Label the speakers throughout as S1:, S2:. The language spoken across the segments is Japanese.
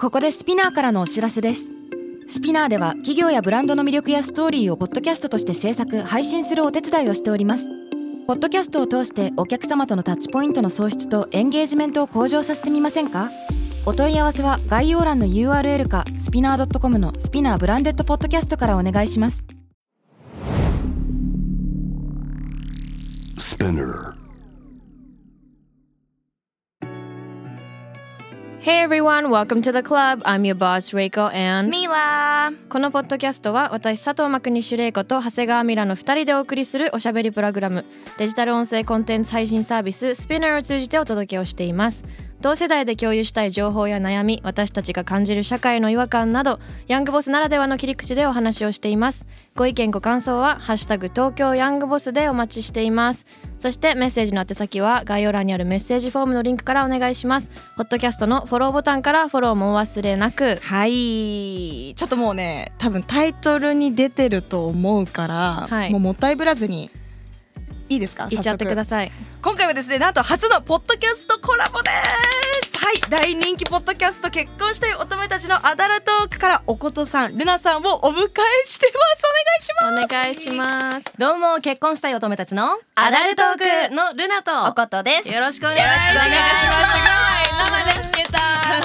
S1: ここでスピナーからのお知らせです。スピナーでは企業やブランドの魅力やストーリーをポッドキャストとして制作・配信するお手伝いをしております。ポッドキャストを通してお客様とのタッチポイントの創出とエンゲージメントを向上させてみませんか？お問い合わせは概要欄の URL かスピナー .com のスピナーブランデッドポッドキャストからお願いします。
S2: Hey everyone, welcome to the club. I'm your boss, Reiko and
S3: Mila。
S2: このポッドキャストは私佐藤真国主玲子と長谷川ミラの2人でお送りするおしゃべりプログラム、デジタル音声コンテンツ配信サービス Spinner を通じてお届けをしています。同世代で共有したい情報や悩み、私たちが感じる社会の違和感など、ヤングボスならではの切り口でお話をしています。ご意見ご感想はハッシュタグ東京ヤングボスでお待ちしています。そしてメッセージの宛先は概要欄にあるメッセージフォームのリンクからお願いします。ポッドキャストのフォローボタンからフォローもお忘れなく。
S3: はい、ちょっともうね、多分タイトルに出てると思うから、
S2: はい、
S3: もういぶらずにいいですか？
S2: 言っちゃってください。
S3: 今回はですね、なんと初のポッドキャストコラボです。はい、大人気ポッドキャスト結婚したい乙女たちのアダルトークからおことさん、ルナさんをお迎えしてます。
S2: お願いします。
S4: どうも、結婚したい乙女たちの
S3: アダルトーク
S4: のルナと
S3: おことです。
S4: よろしくお願いします。
S2: 生で聞けた。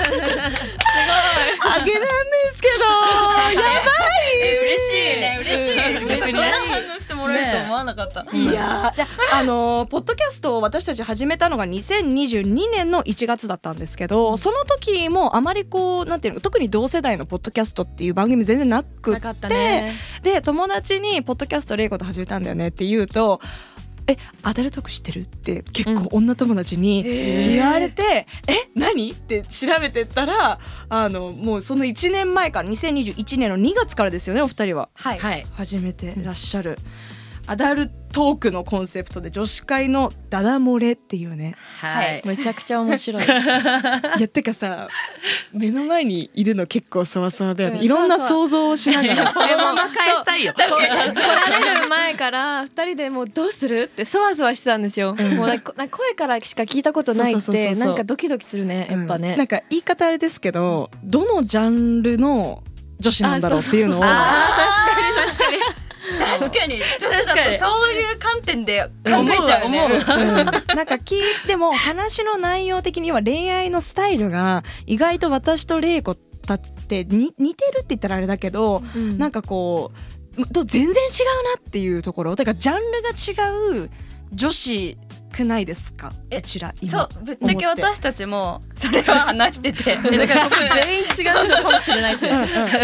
S3: あげなんですけどやばい。
S4: 嬉しいね、嬉しい。
S3: そんな反応してもらえると思わなかった、
S4: いや
S3: ポッドキャストを私たち始めたのが2022年の1月だったんですけど、その時もあまりこうなんていうの、特に同世代のポッドキャストっていう番組全然なくって、
S2: なかったね。
S3: で友達にポッドキャストレイコと始めたんだよねって言うと、アダルトーク知ってるって結構女友達に言われて、何って調べてったら、もうその1年前から2021年の2月からですよね、お二人は、
S4: はい、
S3: 始めてらっしゃるアダルトークのコンセプトで女子会のダダ漏れっていうね、
S4: はい、
S2: めちゃくちゃ面白い。
S3: いやてかさ、目の前にいるの結構そわそわだよね、いろんな想像をしながら
S4: そのまま返したいよ。
S2: 確かに来られる前から2人でもうどうするってそわそわしてたんですよ、もうなんか声からしか聞いたことないってなんかドキドキするね、やっぱね、
S3: なんか言い方あれですけど、どのジャンルの女子なんだろうっていうのを、
S4: 確かに女子だとそういう観点で考えちゃうね。
S3: なんか聞いても話の内容的には恋愛のスタイルが意外と私と玲子たちって似てるって言ったらあれだけど、なんかこう全然違うなっていうところだから、ジャンルが違う女子くないですか？うちら今
S4: そう、ぶっちゃけ私たちもそれは話してて
S2: だからここ全員違うのかもしれないしちょっ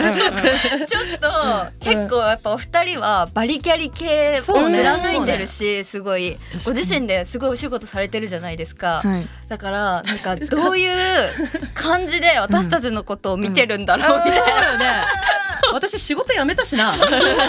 S4: と結構やっぱお二人はバリキャリ系を貫いてるし、すごいご自身ですごいお仕事されてるじゃないですか、だからなんかどういう感じで私たちのことを見てるんだろうみたいな、
S1: 私仕事辞めたしな。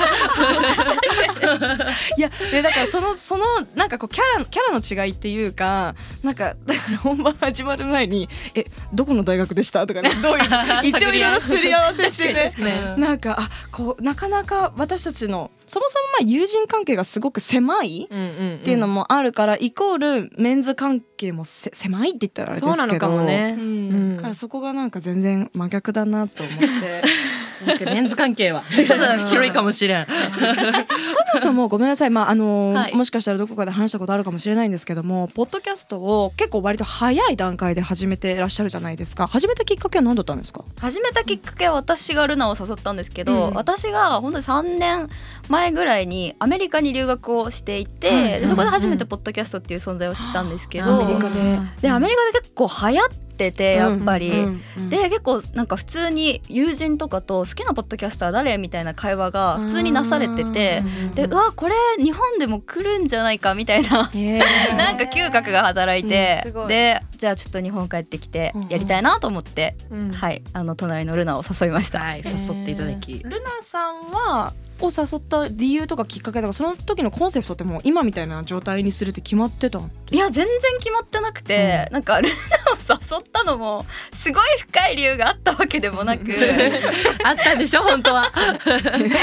S3: いやでだからそのなんかこうキャラの違いっていうか、なんかだから本番始まる前にどこの大学でしたとかね、どういう一応いろいろすり合わせしてね、なんかこうなかなか私たちのそもそも友人関係がすごく狭いっていうのもあるから、イコールメンズ関係も狭いって言ったらあれですけど、
S2: そうなのかもね、
S3: だからそこがなんか全然真逆だなと思って
S1: 確かにメンズ関係は広いかもしれん。
S3: そもそもごめんなさい、もしかしたらどこかで話したことあるかもしれないんですけども、ポッドキャストを結構割と早い段階で始めてらっしゃるじゃないですか。始めたきっかけは何だったんですか？
S4: 始めたきっかけは私がルナを誘ったんですけど、私が本当に3年前ぐらいにアメリカに留学をしていて、でそこで初めてポッドキャストっていう存在を知ったんですけど、
S3: アメリカで
S4: アメリカで結構流行っててやっぱり、で結構なんか普通に友人とかと好きなポッドキャスター誰みたいな会話が普通になされてて、でこれ日本でも来るんじゃないかみたいななんか嗅覚が働いて、でじゃあちょっと日本帰ってきてやりたいなと思って、はい、隣のルナを誘いました。
S1: はい、誘っていただき、
S3: ルナさんはを誘った理由とかきっかけとか、その時のコンセプトってもう今みたいな状態にするって決まってたんですか？
S4: いや全然決まってなくて、なんかルナを誘ったのもすごい深い理由があったわけでもなく
S1: あったでしょ本当は。
S4: なんか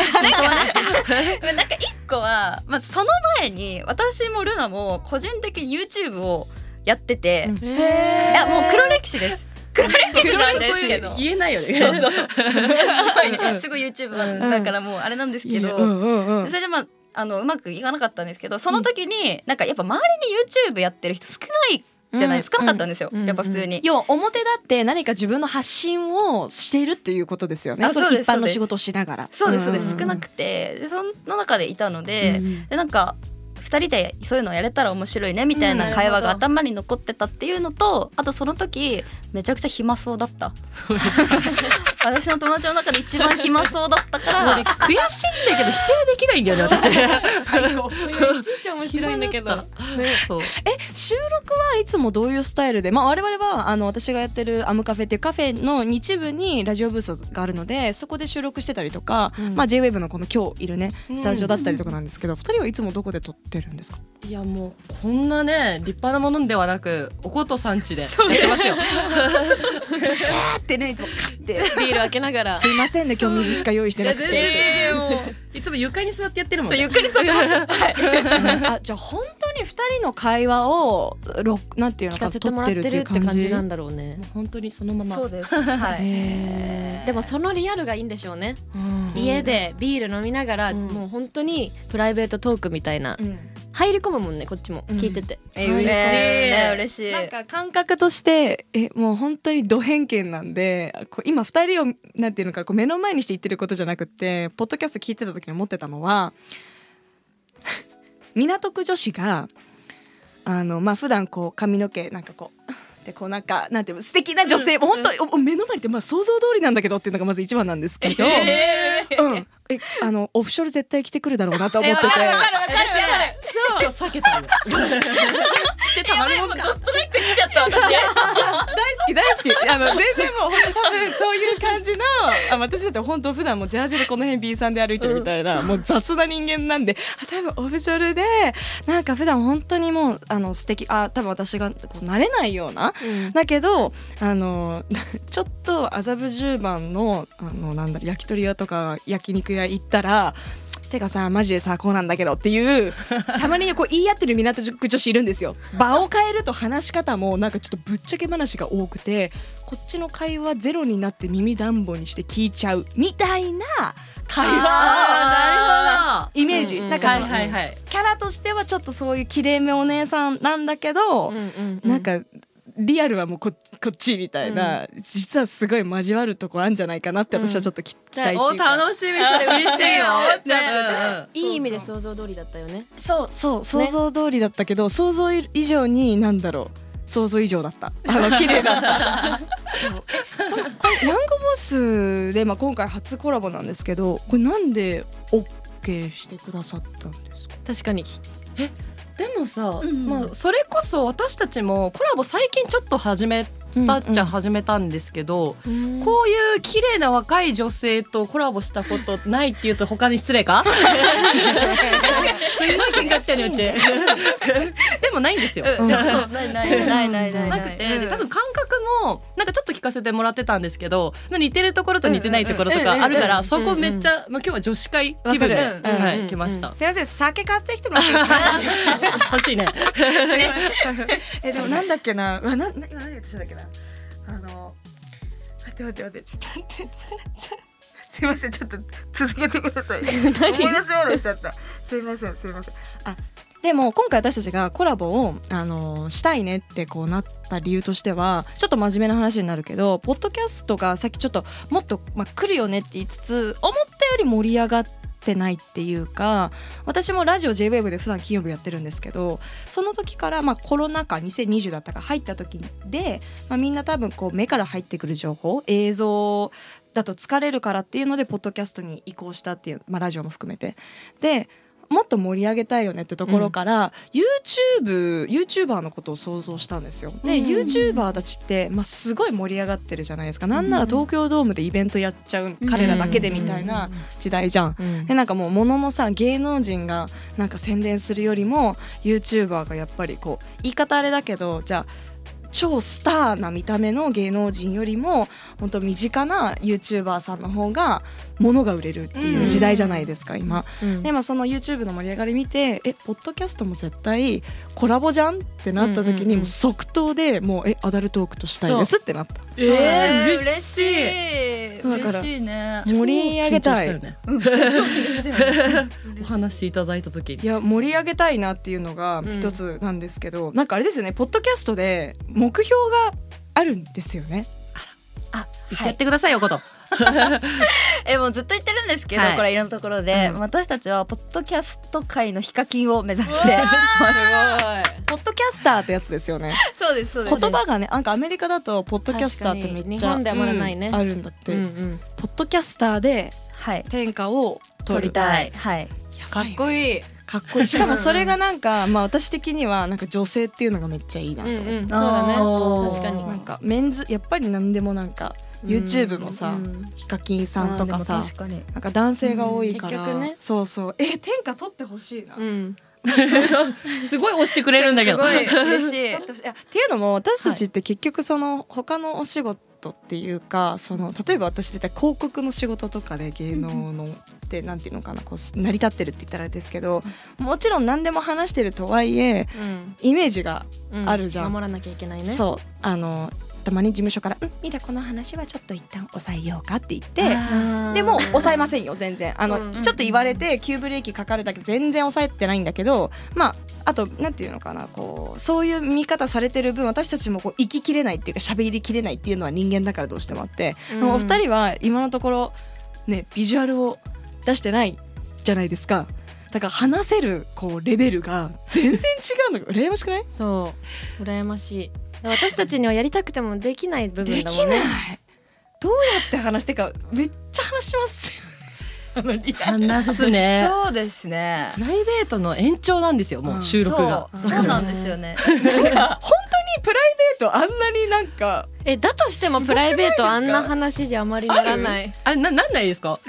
S4: 一個は、その前に私もルナも個人的に YouTube をやってて、いやもう黒歴史です。 黒歴史なんですけど
S5: 言えないよね。
S4: そうそうすごいねすごい YouTube だからもうあれなんですけど、それでまあうまくいかなかったんですけど、その時になんかやっぱ周りに YouTube やってる人少ないじゃない、少なかったんですよ、やっぱ普通に。
S3: 要は表だって何か自分の発信をしているっていうことですよね。
S4: あそうです
S3: 一般の仕事をしながら。
S4: そうですそうです、少なくて、でその中でいたので、でなんか2人でそういうのやれたら面白いねみたいな会話が頭に残ってたっていうのと、あとその時めちゃくちゃ暇そうだった私の友達の中で一番暇そうだったから
S5: 悔しいんだけど否定できないんだよね私。
S2: 最高。ちっちゃ面白いんだけど。
S4: そう
S3: 収録はいつもどういうスタイルで、まあ、我々は私がやってるアムカフェっていうカフェの一部にラジオブースがあるので、そこで収録してたりとか、まあ、JWAVE のこの今日いるねスタジオだったりとかなんですけど、2人はいつもどこで撮ってるんですか？
S5: いやもうこんなね立派なものではなくおことさんちでやってますよ。
S3: シャーってねいつもカッて
S2: ビール開けながら。
S3: すいませんね今日水しか用意してなくて。
S5: いつも床に座ってやってるもんね。
S4: ゆっくり座ってます
S3: あじゃあ本当に2人の会話をなんていうのか
S2: 聞かせてもらってるって感じなんだろうね。
S5: もう本当にそのまま。
S4: そうですはい
S2: でもそのリアルがいいんでしょうね。家でビール飲みながら、もう本当にプライベートトークみたいな、入り込むもんねこっちも聞いてて。
S4: 嬉しい。
S3: なんか感覚としてもう本当にド偏見なんで、こう今2人をなんていうのかこう目の前にして言ってることじゃなくってポッドキャスト聞いてた時に思ってたのは港区女子がまあ普段こう髪の毛なんかこうでこうなんかなんていう素敵な女性、本当目の前でまあ想像通りなんだけどっていうのがまず一番なんですけど、オフショル絶対着てくるだろうなと思ってて。
S5: 今日避けたの。来てたまるもんか。
S4: ドストライク来ちゃった私
S3: 大好き全然もう本当多分そういう感じの私だって本当普段もジャージでこの辺 B さんで歩いてるみたいな、もう雑な人間なんで、多分オフショルでなんか普段本当にもう素敵多分私がこう慣れないような、だけどちょっと麻布十番のなんだろう焼き鳥屋とか焼肉屋行ったらてかさマジでさこうなんだけどっていうたまにこう言い合ってる港区女子いるんですよ。場を変えると話し方もなんかちょっとぶっちゃけ話が多くて、こっちの会話ゼロになって耳暖房にして聞いちゃうみたいな会話イメージ、なんかその、キャラとしてはちょっとそういうきれいめお姉さんなんだけど、なんかリアルはもうこっちみたいな、実はすごい交わるところあるんじゃないかなって私はちょっと期待っていうか、
S5: 楽しみ、それ嬉しいよ。
S2: いい意味で想像通りだったよね。
S3: そう想像通りだったけど、想像以上になんだろう想像以上だった綺麗だったヤングボスで、まあ、今回初コラボなんですけど、これなんで OK してくださったんですか？
S2: 確かに
S5: でもさ、まあ、それこそ私たちもコラボ最近ちょっと始めたっちゃ始めたんですけど、こういう綺麗な若い女性とコラボしたことないっていうと他に失礼かすごい喧嘩してるうちでもないんですよ。
S4: ない
S5: なくて、で多分感覚もなんかちょっと聞かせてもらってたんですけど、似てるところと似てないところとかあるから、そこめっちゃ、まあ、今日は女子会気分で来ました。
S3: すいません酒買ってきてもらっていいですか？
S5: 欲しいね
S3: でもなんだっけな、今何言ってたっけな、待ってちょっと待ってすいませんちょっと続けてください思い出しようとしちゃったすいませんでも今回私たちがコラボを、したいねってこうなった理由としてはちょっと真面目な話になるけど、ポッドキャストがさっきちょっともっと、来るよねって言いつつ思ったより盛り上がってないっていうか、私もラジオ JWAVE で普段金曜日やってるんですけど、その時からコロナ禍2020だったか入った時で、みんな多分こう目から入ってくる情報映像だと疲れるからっていうのでポッドキャストに移行したっていう、ラジオも含めてでもっと盛り上げたいよねってところから、YouTuber のことを想像したんですよ。で、YouTuber たちって、すごい盛り上がってるじゃないですか。なんなら東京ドームでイベントやっちゃう彼らだけでみたいな時代じゃん。でなんかもう物のさ芸能人がなんか宣伝するよりも YouTuber がやっぱりこう言い方あれだけど、じゃあ超スターな見た目の芸能人よりも本当身近な YouTuber さんの方が物が売れるっていう時代じゃないですか今、でその YouTube の盛り上がり見てポッドキャストも絶対コラボじゃんってなった時にもう即答でもうアダルトークとしたいですってなった。
S5: 嬉しい。
S3: そうだから
S4: 嬉しいね。
S3: 盛り上げたい、
S4: 超緊張してるね。
S5: お話いただいた時に
S3: いや盛り上げたいなっていうのが一つなんですけど、なんかあれですよね、ポッドキャストで目標があるんですよね。
S5: 言ってやってくださいよこと。
S4: もうずっと言ってるんですけど、
S5: はい
S4: これいろんなところで、私たちはポッドキャスト界のヒカキンを目指してます。
S3: ポッドキャスターってやつですよね。
S4: そうですそうです。
S3: 言葉がね、なんかアメリカだとポッドキャスターってめっちゃ
S2: 日本ではまだないね、
S3: あるんだって、ポッドキャスターで
S4: はい
S3: 天下を取り
S4: 撮りた
S3: たい。
S4: い。はい。
S2: かっこいい。
S3: かっこいい。しかもそれがなんか私的にはなんか女性っていうのがめっちゃいいなと思って、
S2: そうだね、
S4: あー
S2: 確かに。
S3: なんかメンズやっぱり何でもなんか YouTube もさ、ヒカキンさんとかさ、
S4: 確かに。
S3: なんか男性が多いから、
S2: 結局ね
S3: そうそう天下取ってほしいな、
S5: すごい押してくれるんだけど。
S4: すごい嬉しい。
S3: いやっていうのも私たちって結局その他のお仕事っていうか、その例えば私で言ったら広告の仕事とかで芸能のってなんていうのかな、こう成り立ってるって言ったらあれですけど、もちろん何でも話してるとはいえイメージがあるじゃん、
S2: 守らなきゃいけないね。
S3: そうたまに事務所からミラこの話はちょっと一旦抑えようかって言ってでも抑えませんよ全然ちょっと言われて急ブレーキかかるだけ全然抑えてないんだけど、あとなんていうのかな、こうそういう見方されてる分私たちもこう生ききれないっていうか喋りきれないっていうのは人間だからどうしてもあって、お二人は今のところねビジュアルを出してないじゃないですか。だから話せるこうレベルが全然違うのが羨ましくない？
S2: そう羨ましい。私たちにはやりたくてもできない部分
S3: でき
S2: だもんね。
S3: ない。どうやって話してかめっちゃ話しますよ
S5: 話すね。
S4: そうですね。
S5: プライベートの延長なんですよ、もう収録が。
S4: そうなんですよね。
S3: 本当にプライベートあんなになんか
S2: だとしてもプライベートあんな話であまりならない。
S5: あれなんないですか？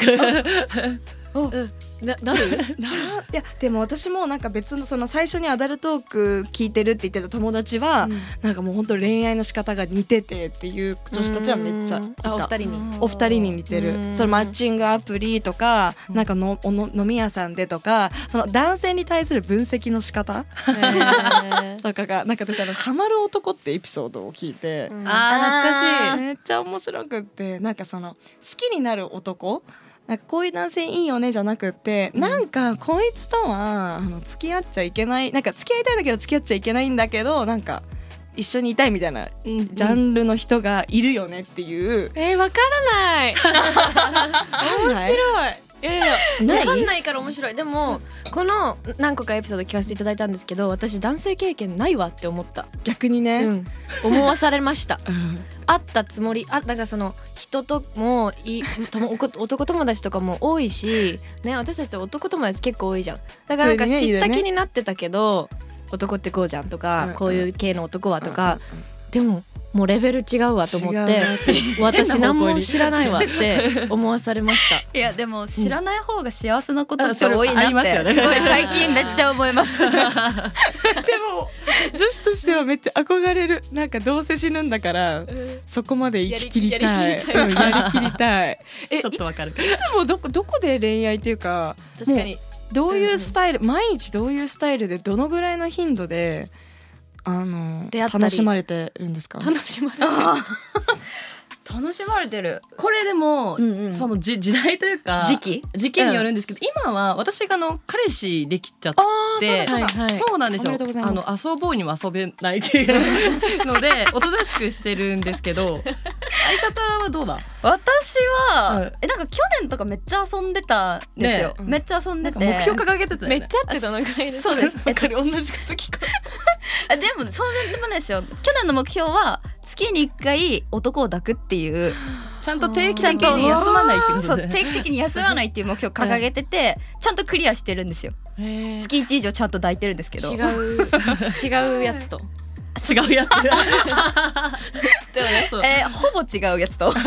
S2: なる？
S3: いやでも私もなんか別のその最初にアダルトーク聞いてるって言ってた友達は、なんかもう本当恋愛の仕方が似ててっていう女子たちはめっちゃいた。
S2: お二人に。
S3: お二人に似てる。そのマッチングアプリとか、なんか飲み屋さんでとか、その男性に対する分析の仕方とかがなんか私ハマる男ってエピソードを聞いて、
S5: 懐かしい。
S3: めっちゃ面白くって、なんかその好きになる男、なんかこういう男性いいよねじゃなくって、なんかこいつとは付き合っちゃいけない、なんか付き合いたいんだけど付き合っちゃいけないんだけどなんか一緒にいたいみたいなジャンルの人がいるよねっていう。
S2: わからない。面白い。分かんないから面白い。でもこの何個かエピソード聞かせていただいたんですけど、私男性経験ないわって思った。
S3: 逆にね、
S2: 思わされました。あったつもり。だからその人とも男友達とかも多いしね、私たちって男友達結構多いじゃん。だからなんか知った気になってたけど、男ってこうじゃんとか、こういう系の男はとか、でももうレベル違うわと思って私何も知らないわって思わされました。
S4: いやでも知らない方が幸せなことって多いなってすごい最近めっちゃ思いますでも
S3: 女子としてはめっちゃ憧れる。なんかどうせ死ぬんだから、そこまで生き切りたい。やりきりたい。
S5: ちょっとわかる。
S3: いつもどこで恋愛っていうか、
S2: 確かに
S3: どういうスタイル、毎日どういうスタイルでどのぐらいの頻度で楽しまれてるんですか？
S2: 楽しまれてる。
S4: 楽しまれてる。
S5: これでも、その時代というか
S4: 時期
S5: によるんですけど、今は私が彼氏できちゃって、そうなんですよ。遊ぼうにも遊べないっていうのでおとなしくしてるんですけど、相方はどうだ？
S4: 私はなんか去年とかめっちゃ遊んでたんですよ。めっちゃ遊んでて
S5: 目標掲げてたよね。
S2: めっちゃってどのぐらいです
S4: か？そうです。
S3: わかる、同じこと聞こ
S4: でもそうでもないですよ。去年の目標は月に1回男を抱くっていう、
S5: ちゃんと定期的に休まないってこと
S4: そう定期的に休まないっていう目標を掲げてて、ちゃんとクリアしてるんですよ。月1以上ちゃんと抱いてるんですけど、
S2: 違うやつと
S5: 違うやつ
S4: でもね、ほぼ違うやつと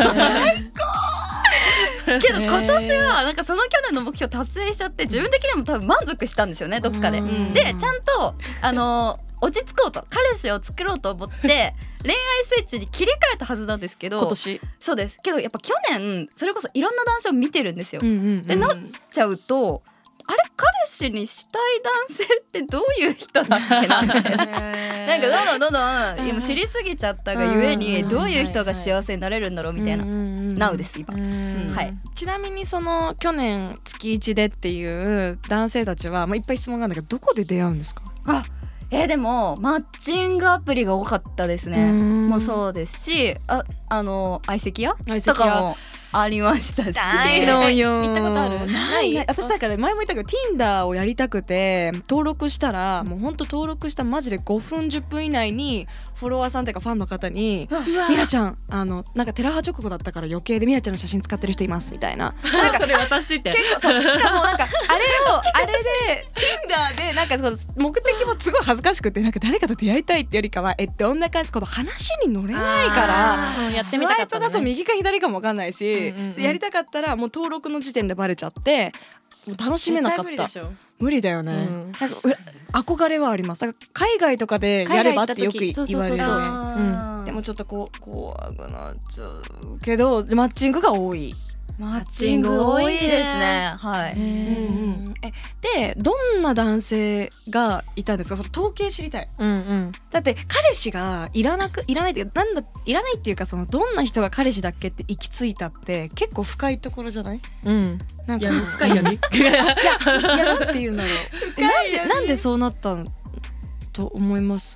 S4: けど今年はなんかその去年の目標達成しちゃって、自分的にも多分満足したんですよね、どっかで。でちゃんと落ち着こうと彼氏を作ろうと思って恋愛スイッチに切り替えたはずなんですけど、
S3: 今年
S4: そうですけどやっぱ去年それこそいろんな男性を見てるんですよ、でなっ
S5: うん
S4: ちゃうとあれ彼氏にしたい男性ってどういう人だっけなみたいななんかどんどん今知りすぎちゃったがゆえにどういう人が幸せになれるんだろうみたいななうです今。はい
S3: ちなみにその去年月1でっていう男性たちは、まあ、いっぱい質問があるんだけどどこで出会うんですか？
S4: でもマッチングアプリが多かったですね。もうそうですし相席屋とかもありましたし。
S3: ないのよ。
S2: 行ったことある？
S3: ない私だから前も言ったけど Tinder をやりたくて登録したらもうほんと登録したマジで5分10分以内にフォロワーさんというかファンの方にミラちゃんなんかテラハ直後だったから余計でミラちゃんの写真使ってる人いますみたいななんか
S5: それ私って
S3: 結構そうしかもなんかあれで Tinder でなんかその目的もすごい恥ずかしくてなんか誰かと出会いたいってよりかはどんな感じこの話に乗れないから
S2: やってみたかった
S3: スワイプがそう右か左かも分かんないし、やりたかったらもう登録の時点でバレちゃってもう楽しめなかった無理だよね、なんか憧れはあります。だから海外とかでやればってよく言われるね。でもちょっと怖くなっちゃうけどマッチングが多い。
S4: マッチング多いですね。はい。
S3: でどんな男性がいたんですか？その統計知りたい。だって彼氏がいらないっていういらないっていうかそのどんな人が彼氏だっけって行き着いたって結構深いところじゃない？なんか
S5: 深いよね。
S3: いやなんて言うんだろう。なんでそうなったと思います？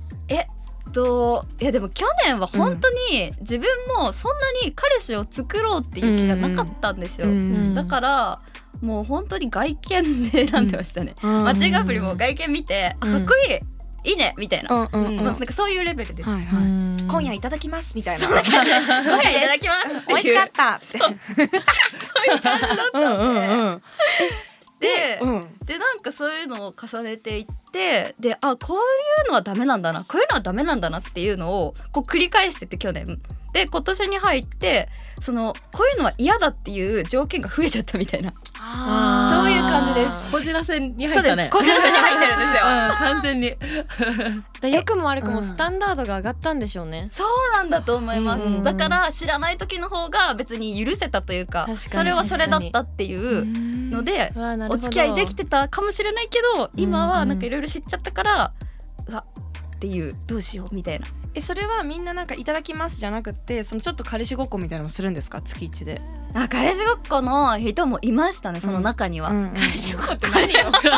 S4: いやでも去年は本当に自分もそんなに彼氏を作ろうっていう気がなかったんですよ、だからもう本当に外見で選んでましたね、マッチングアプリも外見見て、かっこいいねみたいな、なんかそういうレベルです、
S3: 今夜いただきますみたいな
S4: 今夜いただきます
S3: 美味しかったって
S4: そういう感じだったんで、でなんかそういうのを重ねていってでこういうのはダメなんだなこういうのはダメなんだなっていうのをこう繰り返してて去年で今年に入ってこういうのは嫌だっていう条件が増えちゃったみたいなそういう感じです。
S5: こじらせに入
S4: そう
S5: ったね。
S4: ですこじらせに入ってるんですよ
S5: 完全に
S2: 良くも悪くもスタンダードが上がったんでしょうね。
S4: そうなんだと思います、だから知らない時の方が別に許せたというかそれはそれだったっていうのでお付き合いできてたかもしれないけど今はなんかいろいろ知っちゃったからうわっていうどうしようみたいな。
S3: それはみんななんかいただきますじゃなくてそのちょっと彼氏ごっこみたいなのもするんですか？月1で
S4: 彼氏ごっこの人もいましたねその中には、彼氏ごっこって何よいや
S3: それ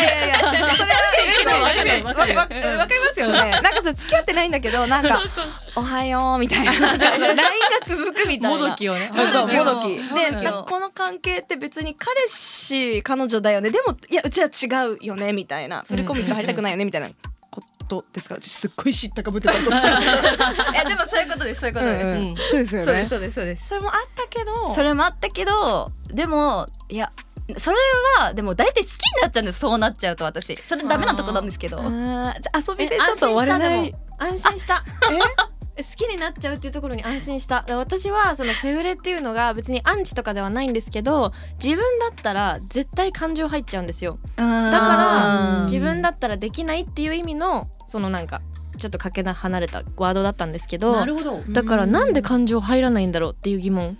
S3: はわかりますよね。なんかそれ付き合ってないんだけどなんかおはようみたいな LINE が続くみたいな
S5: もどきをね
S3: そうもどきでなんかこの関係って別に彼氏彼女だよねでもいやうちは違うよねみたいなフルコミット入りたくないよねみたいなことですからすっごい知ったかぶってたとしよう
S4: いやでもそういうことですそういうことです、
S3: そうですよね
S4: そうですそうです
S3: それもあったけど
S4: それもあったけどでもいやそれはでも大体好きになっちゃうんですそうなっちゃうと私それダメなとこなんですけど
S3: じゃあ遊びでちょっと終われない
S2: 安心した好きになっちゃうっていうところに安心した。私はそのセフレっていうのが別にアンチとかではないんですけど自分だったら絶対感情入っちゃうんですよ。だから自分だったらできないっていう意味のそのなんかちょっとかけ離れたワードだったんですけど、
S5: なるほど。
S2: だからなんで感情入らないんだろうっていう疑問。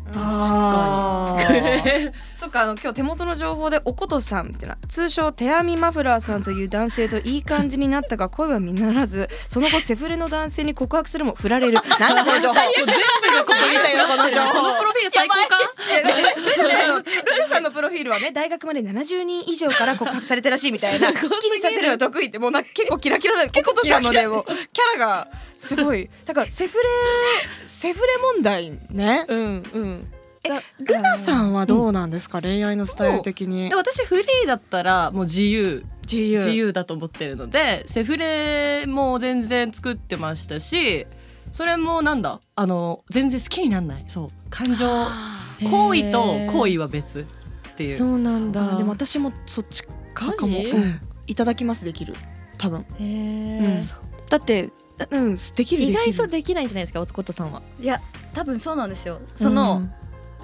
S3: そっか今日手元の情報でおことさんってな通称手編みマフラーさんという男性といい感じになったが恋は実らずその後セフレの男性に告白するも振られるなんだこの情報全部がここにいたよこの情報
S5: このプロフィール最高か。
S3: ルルさんのプロフィールはね大学まで70人以上から告白されてらしいみたいな好きにさせるの得意ってもうなんか結構キラキラだおことさんのねもうキャラがすごいだからセフレ問題ねルナさんはどうなんですか、恋愛のスタイル的に。
S5: 私フリーだったらもう自由だと思ってるのでセフレも全然作ってましたしそれもなんだ全然好きになんないそう感情行為と行為は別っていう。
S2: そうなんだ。
S3: でも私もそっちかも、いただきますできる多分、だってできる
S2: 意外とできないんじゃないですかおことさんは。
S4: いや多分そうなんですよ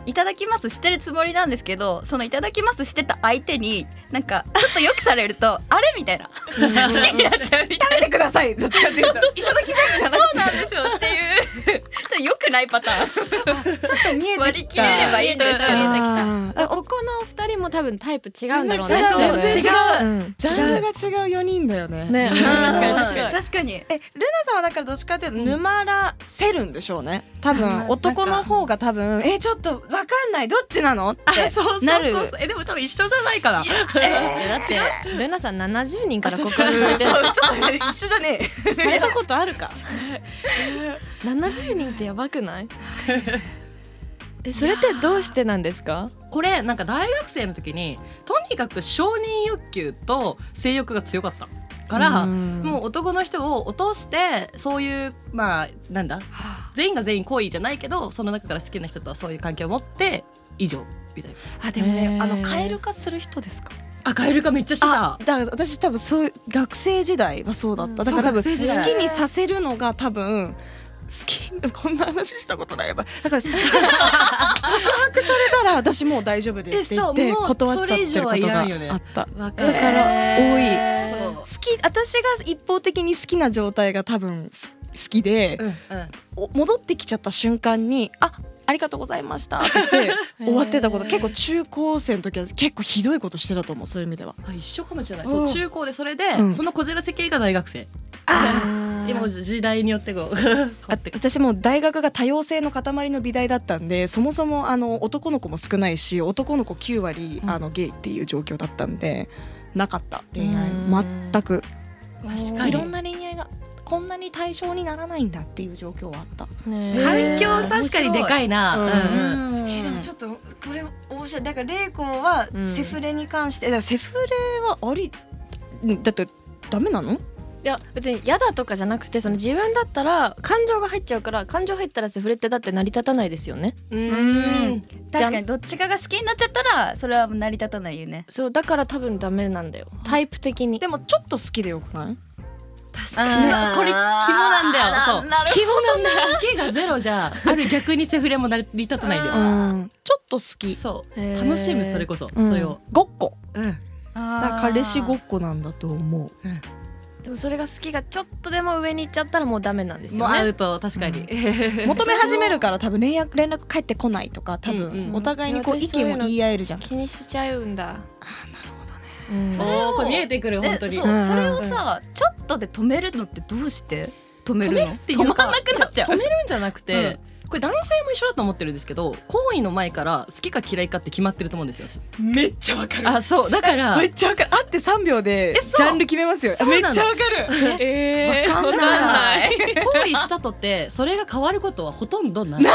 S4: いただきますしてるつもりなんですけど、そのいただきますしてた相手になんかちょっとよくされるとあれみたいな好きになっちゃうみたいな。
S3: 食べてください。どっちかというといただきますじゃなくて。
S4: そうなんですよっていうちょっと良くないパターン。
S3: ちょっと見えてきた。
S4: 割り切れればいいんですけど。
S2: ここの2人も多分タイプ違うんだろうね。
S3: 違うよね。
S2: 違う、
S3: ジャンルが違う4人だよね。
S2: ね、
S4: 確かに。
S3: ルナさんはだからどっちかというと沼らせるんでしょうね。多分男の方が多分ちょっとわかんないどっちなのってなる。
S5: でも多分一緒じゃないかな。
S2: だってルナさん70人から告白されてる。
S3: ちょっと一緒じゃねえ。
S2: されたことあるか。70人ってやばくない？それってどうしてなんですか？
S5: これなんか大学生の時にとにかく承認欲求と性欲が強かったからもう男の人を落としてそういうまあなんだ全員が全員好意じゃないけどその中から好きな人とはそういう関係を持って以上みたいな。
S3: でもね蛙化する人ですか？
S5: 蛙化めっちゃしてた。
S3: だから私多分そういう学生時代はそうだった。だから多分好きにさせるのが多分好き。こんな話したことないわ。だから好き告白されたら私もう大丈夫ですって言って断っちゃってることがあった。だから多い。好き、私が一方的に好きな状態が多分好きで、戻ってきちゃった瞬間にありがとうございましたって言って終わってたこと結構中高生の時は結構ひどいことしてたと思う。そういう意味では
S5: 一緒かもしれない。そう中高でそれで、そのこじらせ系が大学生。今時代によってこう
S3: 私も大学が多様性の塊の美大だったんでそもそも男の子も少ないし男の子9割ゲイっていう状況だったんでなかった恋愛全く。
S5: 確かに
S3: いろんな恋愛がこんなに対象にならないんだっていう状況はあった。
S5: 環境確かにでかいな。
S3: でもちょっとこれ面白い。だから玲子はセフレに関してセフレはありだってダメなの？
S2: いや別に嫌だとかじゃなくてその自分だったら感情が入っちゃうから感情入ったらセフレってだって成り立たないですよね。
S4: 確かにどっちかが好きになっちゃったらそれは成り立たないよね。
S2: そうだから多分ダメなんだよタイプ的に。
S3: でもちょっと好きでよくない？
S5: 確かにこれ肝なんだよ。そう肝なんだよ。好きがゼロじゃある逆にセフレも成り立たないんだよ。
S3: ちょっと好き。
S5: そう楽しむそれこそそれを
S3: ごっこ。彼氏ごっこなんだと思う。
S2: でもそれが好きがちょっとでも上に行っちゃったらもうダメなんですよね。
S5: もうアウト確かに
S3: 求め始めるから多分連絡返ってこないとか多分お互いにこう意見を言い合えるじゃん。
S2: 気にしちゃうんだ。
S3: なるほどね。
S4: それを
S5: これ見えてくる本当に。
S4: それをさちょっとで止めるのってどうして止めるの？
S5: っていうか
S4: 止まんなくなっちゃう。
S5: 止めるんじゃなくてこれ男性も一緒だと思ってるんですけど行為の前から好きか嫌いかって決まってると思うんですよ。
S3: めっちゃわかる。
S5: あそうだから
S3: めっちゃわかる。会って3秒でジャンル決めますよ。めっちゃわかる。
S5: わかんない。行為したとってそれが変わることはほとんどない。ない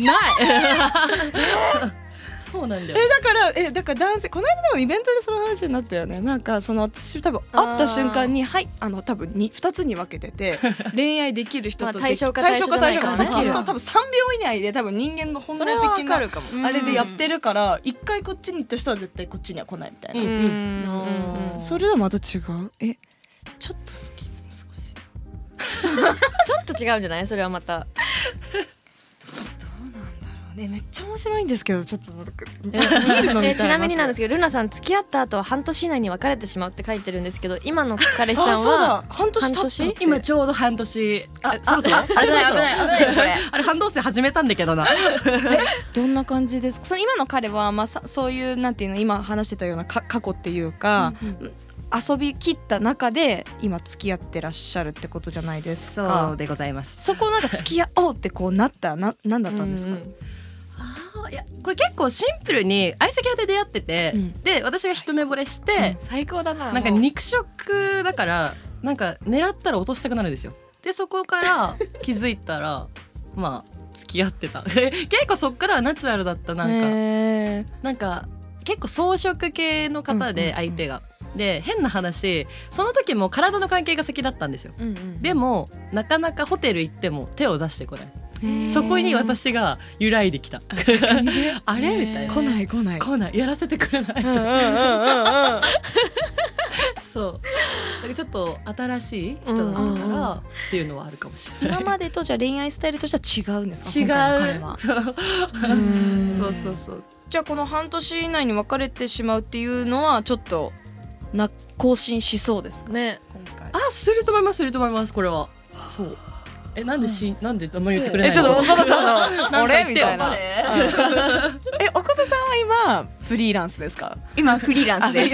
S5: そうなんだよ。
S3: だから男性この間でもイベントでその話になったよね。なんかその私多分会った瞬間に多分2つに分けてて恋愛できる人と
S2: 対象か対象じゃないか。
S3: そう多分3秒以内で多分人間の本能的なあれでやってるから一回こっちに行った人は絶対こっちには来ないみたいな。それはまた違う。ちょっと好き少し
S2: ちょっと違うんじゃない？それはまた
S3: めっちゃ面白いんですけどちょっと
S2: ちなみになんですけどルナさん付き合った後は半年以内に別れてしまうって書いてるんですけど今の彼氏さんは
S3: 半年経った。
S5: 今ちょうど半年。そろそろ
S4: 危ないこれ
S5: あれ半同棲始めたんだけどな。
S3: どんな感じですか？その今の彼はそういうなんていうの今話してたような過去っていうか遊び切った中で今付き合ってらっしゃるってことじゃないですか。
S5: そうでございます。
S3: そこなんか付き合おうってこうなったなんだったんですか？
S5: いやこれ結構シンプルに相席屋で出会ってて、で私が一目惚れして、
S2: 最高だな。
S5: なんか肉食だからなんか狙ったら落としたくなるんですよ。でそこから気づいたらまあ付き合ってた。結構そっからはナチュラルだった。なんか結構草食系の方で相手が。で変な話その時も体の関係が先だったんですよ。でもなかなかホテル行っても手を出してこない。そこに私が揺らいできた。あれみたいな。
S3: 来ない
S5: やらせてくれない。 そうだからちょっと新しい人だったからっていうのはあるかもしれない。
S3: 今までとじゃあ恋愛スタイルとしては違うんですか？
S5: 違う。
S3: 今回の彼は。
S5: そうそう
S3: じゃあこの半年以内に別れてしまうっていうのはちょっと更新しそうですか
S2: ね。
S3: 今回。
S5: あ、すると思いますこれは。そう。なんでなんであんまり言ってくれないの？
S3: ちょっと岡田さんの俺みたいな。
S4: あ
S3: 岡田さんは今フリーランスですか？
S4: 今フリーランスです。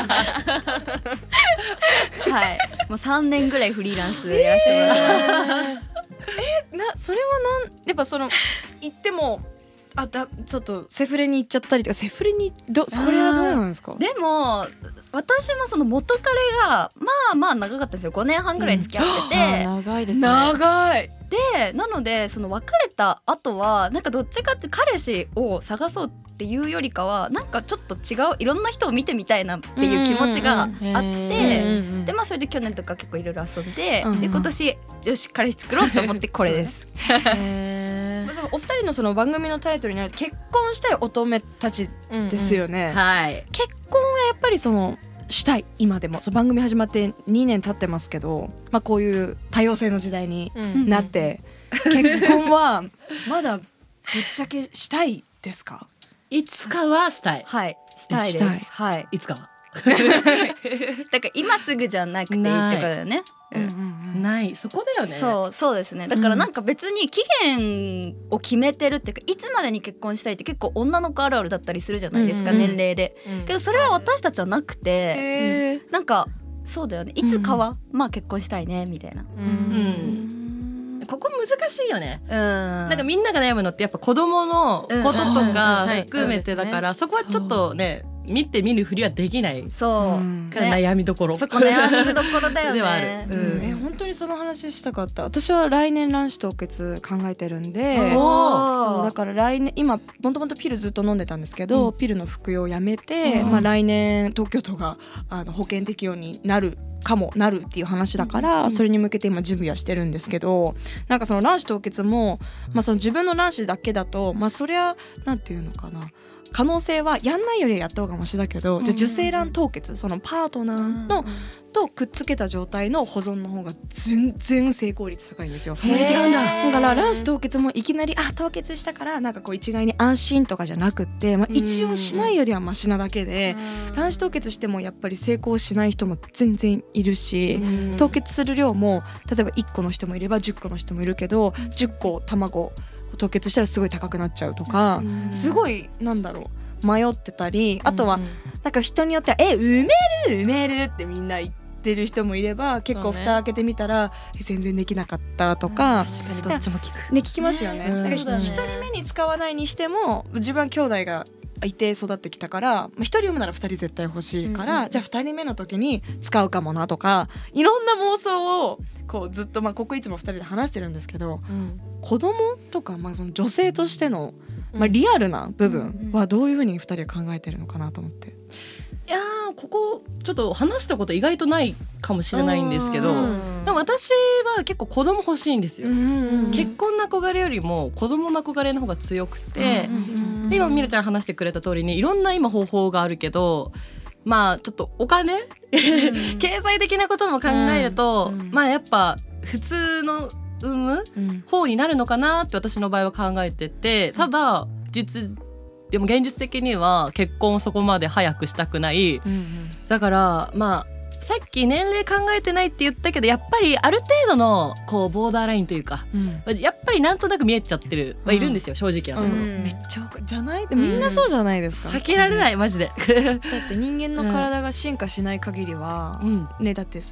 S4: はい、もう3年ぐらいフリーランスやらせてもらってます。
S3: それはやっぱその言ってもちょっとセフレに行っちゃったりとか、セフレにそれはどうなんですか？
S4: でも私もその元彼がまあ長かったんですよ。5年半ぐらい付き合ってて、
S2: 長いですね。
S3: 長い。
S4: でなのでその別れた後はなんかどっちかって彼氏を探そうっていうよりかはなんかちょっと違ういろんな人を見てみたいなっていう気持ちがあって、でそれで去年とか結構いろいろ遊んで、で今年よし彼氏作ろうと思ってこれです。
S3: お二人のその番組のタイトルになる結婚したい乙女たちですよね。
S5: はい。
S3: 結婚はやっぱりそのしたい、今でもその番組始まって2年経ってますけど、こういう多様性の時代になって、結婚はまだぶっちゃけしたいですか？
S5: いつかはしたい。
S4: はいしたいです。はい。
S5: いつかは。
S4: だから今すぐじゃなくていいってことだよね。
S5: ないそこだよね。
S4: そうですね。だからなんか別に期限を決めてるっていうか、いつまでに結婚したいって結構女の子あるあるだったりするじゃないですか、年齢で。けどそれは私たちはなくて、なんかそうだよね、いつかは結婚したいねみたいな。
S5: ここ難しいよね。
S4: なん
S5: かみんなが悩むのってやっぱ子供のこととか含めてだから、そこはちょっとね見て見ぬふりはできない。
S4: そう
S5: から悩みどころ。
S4: そこ悩みどころだよね。
S5: ではある。
S3: 本当にその話したかった。私は来年卵子凍結考えてるんで、
S4: そう
S3: だから来年今もともとピルずっと飲んでたんですけど、ピルの服用をやめて、来年東京都が保険適用になるっていう話だから、それに向けて今準備はしてるんですけど、なんかその卵子凍結も、その自分の卵子だけだとそりゃなんていうのかな、可能性はやんないよりやった方がマシだけど、じゃあ受精卵凍結、そのパートナーのとくっつけた状態の保存の方が全然成功率高いんですよ。
S5: それ違うんだ。
S3: だから卵子凍結もいきなり凍結したからなんかこう一概に安心とかじゃなくって、一応しないよりはマシなだけで、卵子凍結してもやっぱり成功しない人も全然いるし、凍結する量も例えば1個の人もいれば10個の人もいるけど、10個卵凍結したらすごい高くなっちゃうとか、すごいなんだろう迷ってたり、あとはなんか人によっては埋めるってみんな言ってる人もいれば、結構蓋開けてみたら全然できなかったとか、
S5: 確かにどっちも聞く
S3: ね、聞きますよね。なんか1人目に使わないにしても、自分は兄弟がいて育ってきたから、1人産むなら2人絶対欲しいから、じゃあ2人目の時に使うかもなとか、いろんな妄想をこうずっとここいつも2人で話してるんですけど、子供とかその女性としてのリアルな部分はどういうふうに2人は考えてるのかなと思って。
S5: いやここちょっと話したこと意外とないかもしれないんですけど、でも私は結構子供欲しいんですよ。結婚の憧れよりも子供の憧れの方が強くて、で今みるちゃん話してくれた通りにいろんな今方法があるけど、ちょっとお金経済的なことも考えると、やっぱ普通の産む方になるのかなって私の場合は考えてて、ただでも現実的には結婚をそこまで早くしたくない、だからさっき年齢考えてないって言ったけど、やっぱりある程度のこうボーダーラインというか、やっぱりなんとなく見えちゃってるはいるんですよ、正直なところ。
S3: めっちゃじゃないみんなそうじゃないですか。
S5: 避けられないマジで。
S3: だって人間の体が進化しない限りは、ね、だって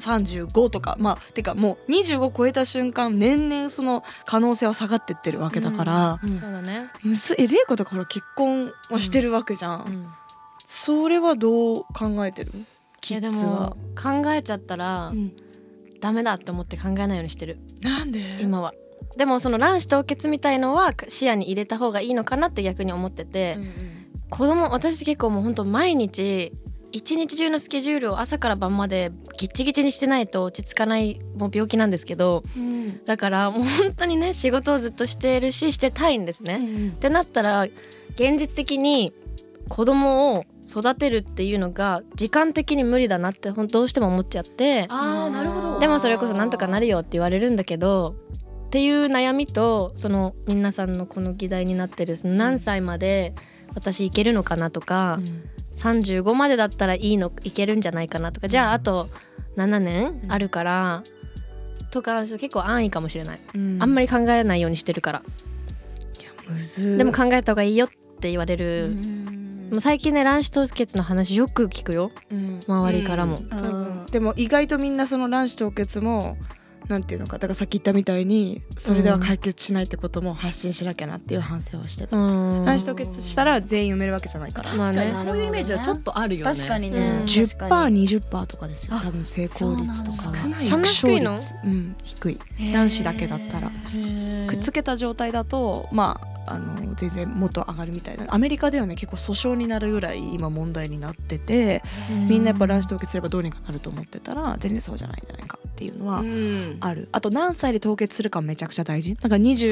S3: 35とかてかもう25超えた瞬間年々その可能性は下がってってるわけだから、
S2: そうだね。
S3: 玲子とかほら結婚はしてるわけじゃん、それはどう考えてる？
S2: でも考えちゃったら、ダメだって思って考えないようにしてる。
S3: なんで？
S2: 今はでもその卵子凍結みたいのは視野に入れた方がいいのかなって逆に思ってて、私結構もう本当毎日一日中のスケジュールを朝から晩までギッチギチにしてないと落ち着かないもう病気なんですけど、だからもう本当にね仕事をずっとしてるししてたいんですね、ってなったら現実的に子供を育てるっていうのが時間的に無理だなってどうしても思っちゃって、
S5: あーなるほど。
S2: でもそれこそなんとかなるよって言われるんだけどっていう悩みと、その皆さんのこの議題になってるその何歳まで私いけるのかなとか、35までだったらいけるんじゃないかなとか、じゃああと7年あるからとか結構安易かもしれない、あんまり考えないようにしてるから。
S3: むず
S2: でも考えた方がいいよって言われる。もう最近ね卵子凍結の話よく聞くよ、周りからも。
S3: でも意外とみんなその卵子凍結もなんていうのか、だからさっき言ったみたいにそれでは解決しないってことも発信しなきゃなっていう反省をしてた。卵子凍結したら全員埋めるわけじゃないから。
S5: 確かにそういうイメージはちょっとあるよね。
S4: 確かにね、
S3: 10%20% とかですよ多分成功率とか。
S2: そんな低いの？
S3: 低い。卵子だけだったらくっつけた状態だと全然もっと上がるみたいな。アメリカではね結構訴訟になるぐらい今問題になってて、みんなやっぱ卵子凍結すればどうにかなると思ってたら全然そうじゃないんじゃないかっていうのはある。あと何歳で凍結するかめちゃくちゃ大事。なんか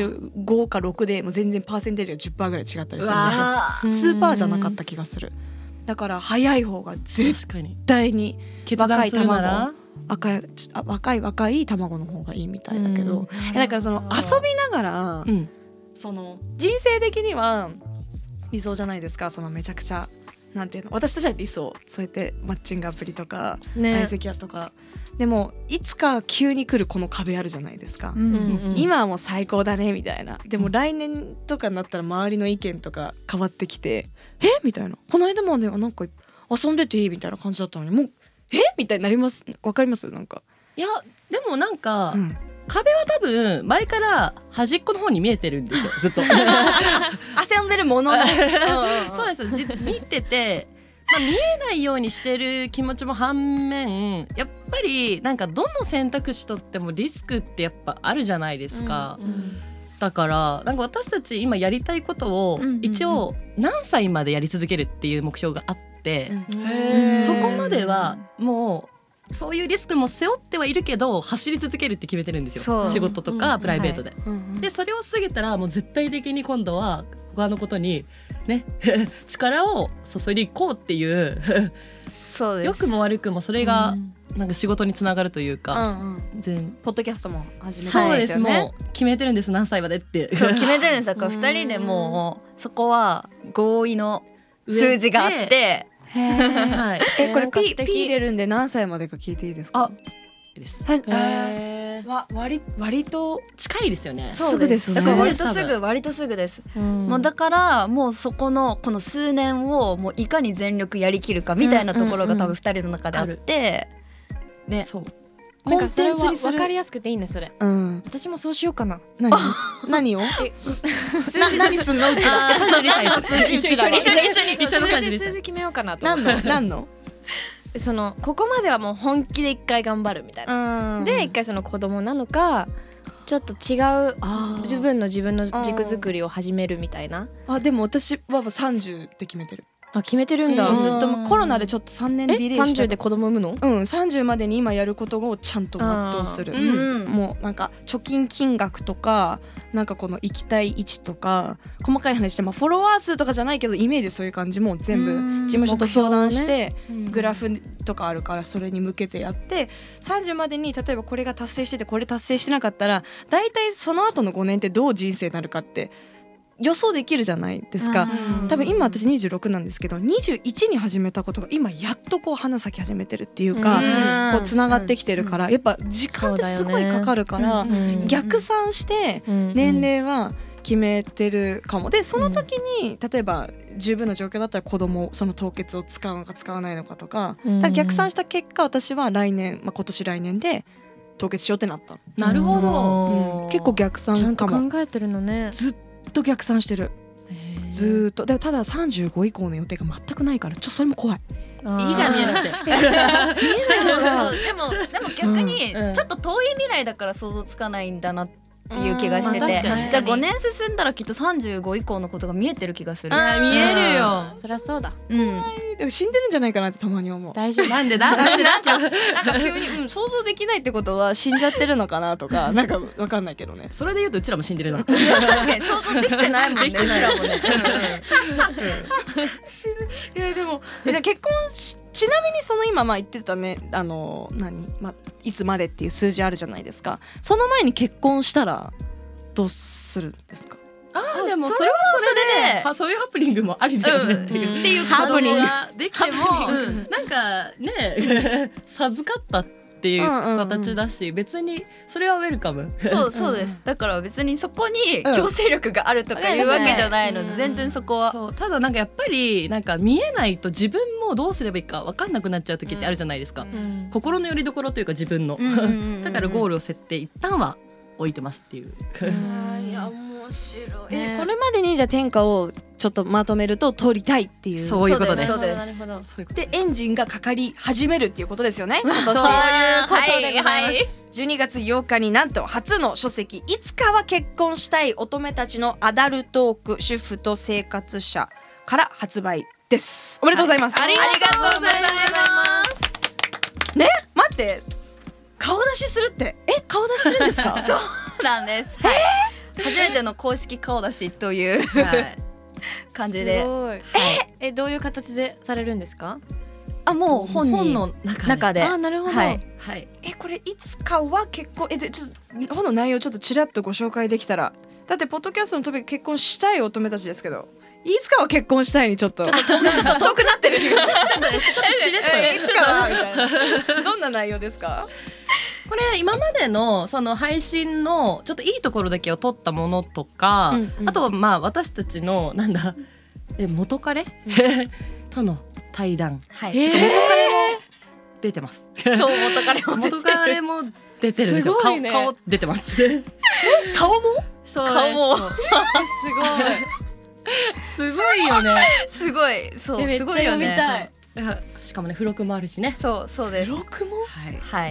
S3: 25か6でもう全然パーセンテージが 10% ぐらい違ったりするんですよ。数パーじゃなかった気がする。だから早い方が絶対に若い卵、若い卵の方がいいみたいだけど、だからその遊びながら、その人生的には理想じゃないですか。そのめちゃくちゃなんていうの、私としては理想。そうやってマッチングアプリとか相席屋とか、でもいつか急に来るこの壁あるじゃないですか、今はもう最高だねみたいな。でも来年とかになったら周りの意見とか変わってきて、みたいな、この間まではなんか遊んでていいみたいな感じだったのにもうみたいになります。わかります？なんか
S5: いやでもなんか、壁は多分前から端っこの方に見えてるんですよずっと
S4: 遊んでるものの
S5: そうです見てて、見えないようにしてる気持ちも反面、やっぱりなんかどの選択肢とってもリスクってやっぱあるじゃないですか、だからなんか私たち今やりたいことを一応何歳までやり続けるっていう目標があって、そこまではもうそういうリスクも背負ってはいるけど走り続けるって決めてるんですよ。仕事とかプライベートで、でそれを過ぎたらもう絶対的に今度は他のことにね力を注いでいこうっていう
S4: そうです。
S5: 良くも悪くもそれがなんか仕事につながるというか、
S3: ポッドキャストも始めたんですよね。
S5: そうです、もう決めてるんです。何歳までって
S4: そう決めてるんです。だから2人でもうそこは合意の数字があって
S3: はい、これピ入れるんで何歳までか聞いていいですか？
S5: です。
S3: 割と
S5: 近いですよね。
S3: すぐですね。
S4: 割とすぐです。もうだからもうそこのこの数年をもういかに全力やりきるかみたいなところが多分2人の中であって、ね。
S5: そう。
S2: なんかそれは分かりやすくていいねそれ。私もそうしようかな。
S3: 何を？何すんのうちら。
S2: 数字決めようかなと。
S3: 何の？
S2: そのここまではもう本気で一回頑張るみたいな。で一回その子供なのかちょっと違う自分の軸作りを始めるみたいな。
S3: でも私は30って決めてる。
S2: 決めてるんだ。
S3: ずっとコロナでちょっと3年ディレイして
S2: 30で子供産むの
S3: ？30までに今やることをちゃんと全うする。もうなんか貯金金額とかなんかこの行きたい位置とか細かい話して、フォロワー数とかじゃないけどイメージそういう感じも全部事務所と相談してグラフとかあるからそれに向けてやって、30までに例えばこれが達成しててこれ達成してなかったら大体その後の5年ってどう人生になるかって予想できるじゃないですか。多分今私26なんですけど21に始めたことが今やっとこう花咲き始めてるっていうか、こうつながってきてるから、やっぱ時間ってすごいかかるから、逆算して年齢は決めてるかも。でその時に例えば十分な状況だったら子供その凍結を使うのか使わないのかとか、逆算した結果私は来年、今年来年で凍結しようってなった。
S5: なるほど、
S3: 結構逆算かも。
S2: ちゃんと考えてるのね。
S3: ずっと逆算してる。ずっと。でもただ35以降の予定が全くないからそれも怖い。
S5: いいじゃん見えなくて
S4: 見えないのでも逆にちょっと遠い未来だから想像つかないんだなっていう気がしてて、5年進んだらきっと35以降のことが見えてる気がする。
S5: 見えるよ。
S2: そりゃそうだ。
S3: でも死んでるんじゃないかなってたまに思う。
S2: 大丈夫。
S5: なんでだ
S3: なんか急に、想像できないってことは死んじゃってるのかなとかなんか分かんないけどね。
S5: それで言うとうちらも死んでるな。
S4: 確かに想像できてないもんね。うちらもね。
S3: じゃあ結婚ちなみにその今言ってたねいつまでっていう数字あるじゃないですか。その前に結婚したらどうするんですか？
S5: でもそれはそれでそういうハプニングもありだよねっていう、
S4: っていう
S5: ハプニング
S4: ができても
S5: なんかね授かったっていう形だし、別にそれはウェルカム。
S4: そうです。だから別にそこに強制力があるとかいうわけじゃないので、全然そこは
S5: そう。ただなんかやっぱりなんか見えないと自分もどうすればいいか分かんなくなっちゃう時ってあるじゃないですか、心の拠り所というか自分のだからゴールを設定一旦は置いてますっていう。
S3: いや面白い、これまでにじゃあ天下をちょっとまとめると取りたいっていう、
S5: そういうことです。
S4: そうです。
S2: なるほど。
S3: でエンジンがかかり始めるっていうことですよね、今年。
S4: そういうことでございます。
S3: 12月8日になんと初の書籍いつかは結婚したい乙女たちのアダルトーク主婦と生活者から発売です。おめでとうございます。
S4: ありがとうございます。
S3: ね、待って、顔出しするって顔出しするんですか？
S4: そうなんです。初めての公式顔出しという感じで。
S2: すごい。どういう形でされるんですか？
S4: もう本
S5: の
S4: 中で。
S2: なるほど。
S4: はい。
S3: これいつかは結婚ちょっと本の内容ちょっとちらっとご紹介できたら。だってポッドキャストのトピック結婚したい乙女たちですけど、いつかは結婚したいにちょっと遠くなってる。ちょっとしれっといつかはみたいな。どんな内容ですか？
S5: これ今までのその配信のちょっといいところだけを取ったものとか、あと私たちの元彼との対談、元彼も出てます。
S4: そう元彼も
S5: 出てるんですよ。顔出てます。
S3: 顔も？
S5: そう
S4: 顔も
S5: すごいよね。
S4: すごいそう
S2: めっちゃ読みたい。
S5: しかもね付録もあるしね。
S4: そうです。
S3: 付録も？
S4: はい。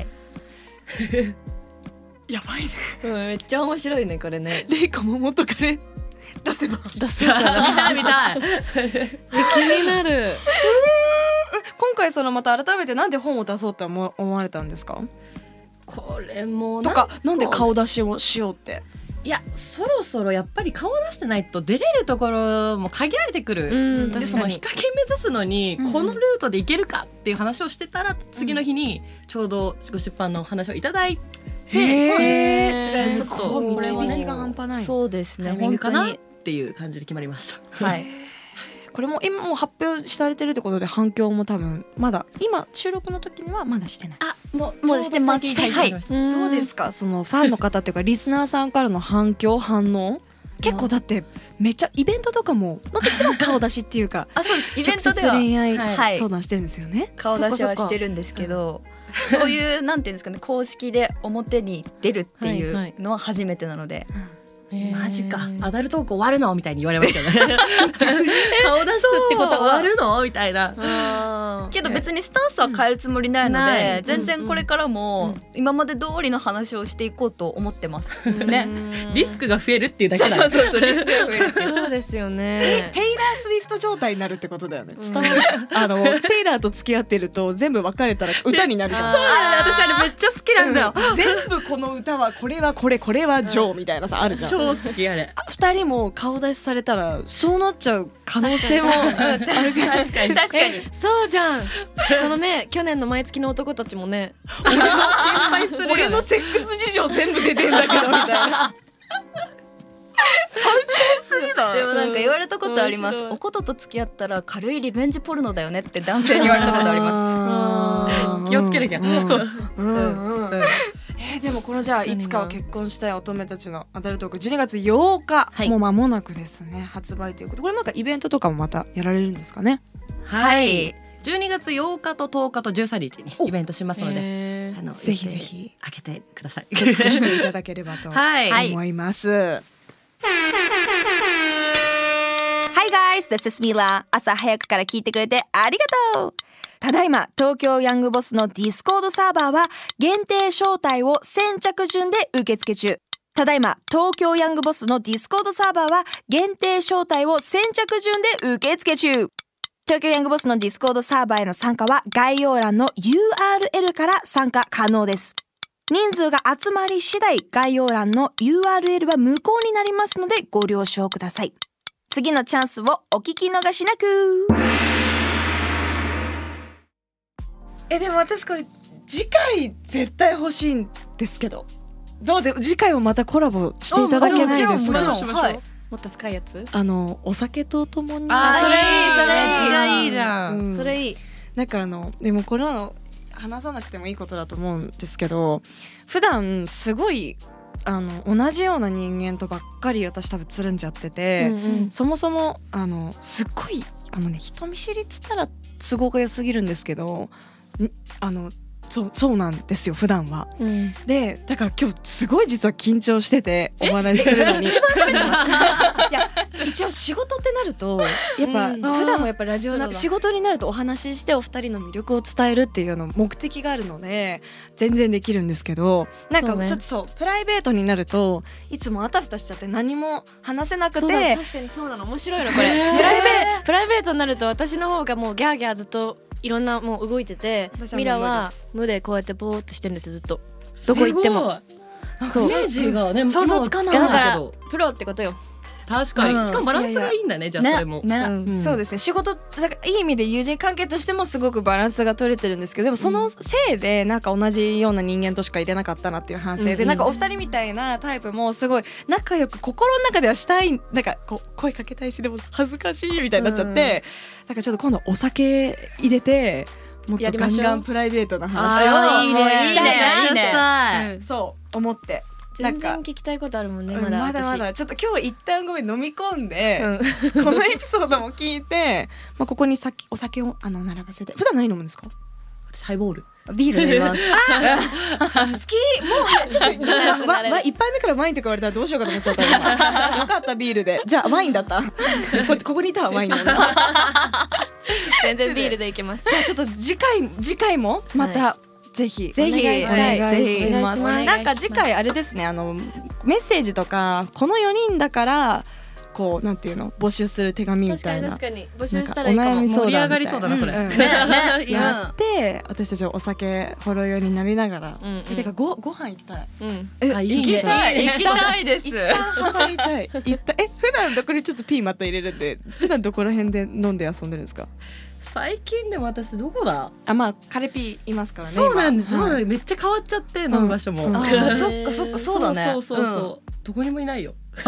S3: やばいね。
S2: めっちゃ面白いねこれね。
S3: レイコも元彼出せば
S2: 見たい
S5: 見たい。
S2: 気になる。
S3: 今回また改めてなんで本を出そうと思われたんですか？
S5: これも
S3: とかなんで顔出しをしようって。
S5: いやそろそろやっぱり顔出してないと出れるところも限られてくる。でそのヒカキン目指すのにこのルートでいけるかっていう話をしてたら、次の日にちょうどご出版の話をいただいて、
S3: すごい導きが半端ない。
S4: そうですね。
S5: タイミングかなっていう感じで決まりました。
S4: はい。
S3: これも今もう発表されてるってことで反響も多分まだ今収録の時にはまだしてない。
S4: もうしてます。はい。
S3: どうですか、そのファンの方っていうかリスナーさんからの反響反応？結構だってめっちゃイベントとかもの時も顔出しっていうか
S4: そうです。イベントでは
S3: 恋愛相談してるんですよね。
S4: 顔出しはしてるんですけど、そういうなんていうんですかね、公式で表に出るっていうのは初めてなので。
S5: マジかアダルトーク終わるのみたいに言われましたよね。顔出すってことは終わるのみたいな。
S4: けど別にスタンスは変えるつもりないので、全然これからも今まで通りの話をしていこうと思ってますね。
S5: リスクが増えるっていうだけだ。
S4: そうリスクが増える。
S2: そうですよね。
S3: テイラー・スウィフト状態になるってことだよね。伝わる。テイラーと付き合ってると全部別れたら歌になるじゃん。
S4: そうなんだ。私あれめっちゃ好きなんだよ。
S3: 全部この歌はこれはこれはジョーみたいなさあるじゃん。
S5: 超好きあれ。
S3: 2人も顔出しされたそうなっちゃう可能性もある。
S4: 確かに
S2: そうじゃん。このね去年の毎月の男たちもね
S3: 心配するよね。俺のセックス事情全部出てんだけどみたいな。最高すぎだ。
S4: でもなんか言われたことあります。おことと付き合ったら軽いリベンジポルノだよねって男性に言われたことあります。
S5: 気をつけなきゃ。
S3: でもこのじゃあいつかは結婚したい乙女たちのアダルトーク12月8日、もう間もなくですね発売ということ。これなんかイベントとかもまたやられるんですかね？
S4: はい。
S5: 12月8日と10日と13日にイベントしますので、
S3: ぜひぜひ
S5: 開けてください。
S3: チェックしていただければと思います。Hi guys, this is Mila. 朝早くから聞いてくれてありがとう。ただいま東京ヤングボスのディスコードサーバーは限定招待を先着順で受付中。ただいま東京ヤングボスのディスコードサーバーは限定招待を先着順で受付中。東京ヤングボスのディスコードサーバーへの参加は概要欄の URL から参加可能です。人数が集まり次第概要欄の URL は無効になりますのでご了承ください。次のチャンスをお聞き逃しなく。 でも私これ次回絶対欲しいんですけど、どうで次回もまたコラボしていただけないですか？
S5: もちろんしましょう、
S3: はい、
S2: もっと深いやつ。
S3: お酒とともに。
S2: それいい、それいい、
S5: めっちゃいいじゃん、
S3: うん
S2: それいい。
S3: なんかでもこれは話さなくてもいいことだと思うんですけど、普段すごい同じような人間とばっかり私多分つるんじゃってて、そもそもすっごい人見知りっつったら都合が良すぎるんですけど、そうなんですよ普段は、でだから今日すごい実は緊張しててお話しするのに一番喋ってますいや一応仕事ってなるとやっぱ、普段もやっぱラジオ仕事になるとお話ししてお二人の魅力を伝えるっていうの目的があるので全然できるんですけど、なんかちょっとプライベートになるといつもあたふたしちゃって何も話せなくて。
S2: 確かにそうなの、面白いのこれプライベートになると私の方がもうギャーギャーずっといろんなもう動いてて、ミラは無でこうやってボーっとしてるんですよずっと、どこ行っても。
S5: そうイメージがね
S2: 想像つかない。だから
S5: ど
S2: プロってことよ。
S5: 確かに、しかもバランスがいいんだね、じゃあそれも、
S3: そうですね、仕事いい意味で友人関係としてもすごくバランスが取れてるんですけど、でもそのせいでなんか同じような人間としか入れなかったなっていう反省で、なんかお二人みたいなタイプもすごい仲良く心の中ではしたい、なんかこう声かけたいしでも恥ずかしいみたいになっちゃって、なんかちょっと今度お酒入れてもっとガンガンプライベートな話を
S4: いいね
S3: したいな
S4: いいね
S3: そう思って。
S2: 全然聞きたいことあるもんね、
S3: まだまだちょっと今日一旦ごめん飲み込んで、このエピソードも聞いて、ここにお酒を並ばせて。普段何飲むんですか？
S5: 私ハイボール、
S4: ビール飲みます
S3: 好き。もうちょっと一杯目からワインとか言われたらどうしようかと思っちゃった今よかったビールで。じゃあワインだったここにいたわワインだ
S2: 全然ビールでいけます。
S3: じゃあちょっと次回もまた、ぜひお願いします。なんか次回あれですね、メッセージとかこの4人だからこうなんていうの募集する手紙みたいな、
S2: 確かに募集したらいいかも。
S3: お悩み相談
S5: 盛り上がりそうだなそれ、
S3: やって私たちお酒ほろ酔いになりながら、てかご飯行きたい。
S5: 行き
S4: たいです
S3: 一旦挟みたい。普段どこにちょっとピーまた入れるんで、普段どこら辺で飲んで遊んでるんですか？
S5: 最近でも私どこだ、
S3: カレピーいますからね。
S5: そうなんです、めっちゃ変わっちゃって飲む場所も、
S4: そっかそうだね。
S5: そうどこにもいないよ。そう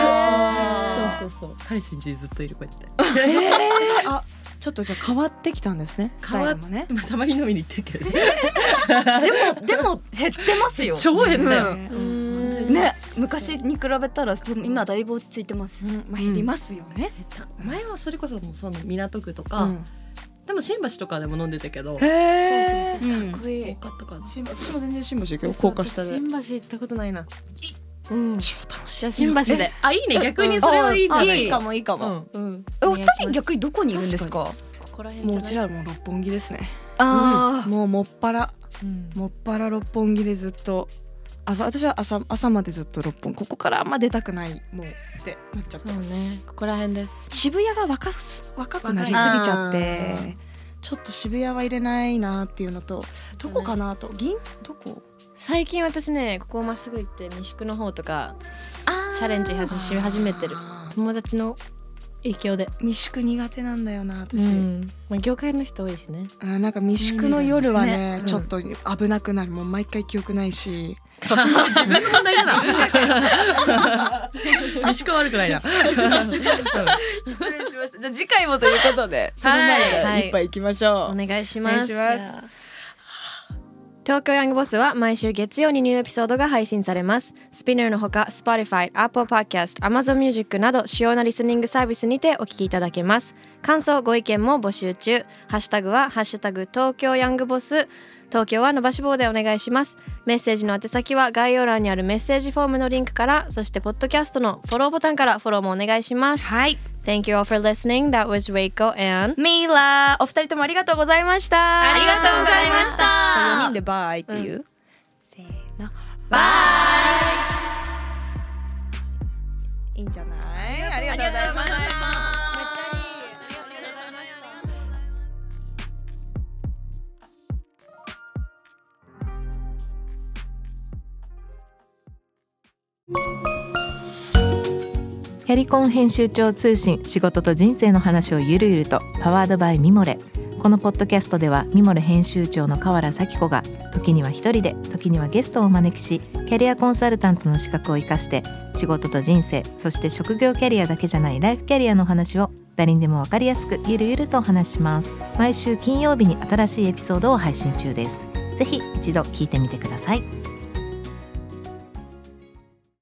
S5: 彼氏ん家ずっといるこうやって。
S3: ちょっとじゃあ変わってきたんですね、スタイルもね。
S5: たまに飲みに行ってるけど
S4: でも減ってますよ。
S5: 超減ったよ
S4: ね、昔に比べたら今だいぶ落ち着いてます。
S3: 減りますよね。
S5: 前はそれこそその港区とか、でも新橋とかでも飲んでたけど、
S2: かっこいい。
S5: 多かったかな。
S3: 私も全然新橋行くよ、高架下で。
S2: 新橋行ったことないな。
S3: 超楽しい。
S2: じゃあ新橋で。
S5: いいね、逆にそれはいいんじゃない？
S2: いいかもいいかも。
S4: お二人逆にどこにいるんですか？
S2: ここら辺
S3: もううちらも六本木ですね。
S4: も
S3: うもっぱら六本木でずっと私は朝までずっと六本、ここからあんま出たくないもうってなっちゃってます。
S2: そうね、ここら辺です。
S3: 渋谷が若くなりすぎちゃってちょっと渋谷は入れないなっていうのと、どこかなとどこ
S2: 最近私ね、ここをまっすぐ行って三宿の方とかチャレンジし始めてる。友達の影響で。
S3: 三宿苦手なんだよな私、
S2: 業界の人多いしね。
S3: なんか三宿の夜はねちょっと危なくなる。もう毎回記憶ないし、
S5: 自分の問題だな。三宿は悪くないな。
S3: 失礼しました。じゃあ次回もということで、その前にじゃあ一杯行きましょう。
S2: お願いします。
S3: お願いします。
S2: 東京ヤングボスは毎週月曜にニューエピソードが配信されます。スピナーのほか Spotify、Apple Podcast、Amazon Music など主要なリスニングサービスにてお聞きいただけます。感想ご意見も募集中。ハッシュタグはハッシュタグ東京ヤングボス、東京は伸ばし棒でお願いします。メッセージの宛先は概要欄にあるメッセージフォームのリンクから、そしてポッドキャストのフォローボタンからフォローもお願いします。
S3: はい、
S2: Thank you all for listening. That was Reiko and
S3: Mila。お二人ともありがとうございました。
S4: ありがとうございました。
S3: じゃあ4人でバイっていう、せーのバイ。いいんじゃない？ありがとうございました。
S6: キャリコン編集長通信、仕事と人生の話をゆるゆると、パワードバイミモレ。
S1: このポッドキャストではミモル編集長の河原咲子が時には一人で時にはゲストをお招きし、キャリアコンサルタントの資格を生かして仕事と人生、そして職業キャリアだけじゃないライフキャリアの話を誰にでも分かりやすくゆるゆるとお話します。毎週金曜日に新しいエピソードを配信中です。ぜひ一度聞いてみてください。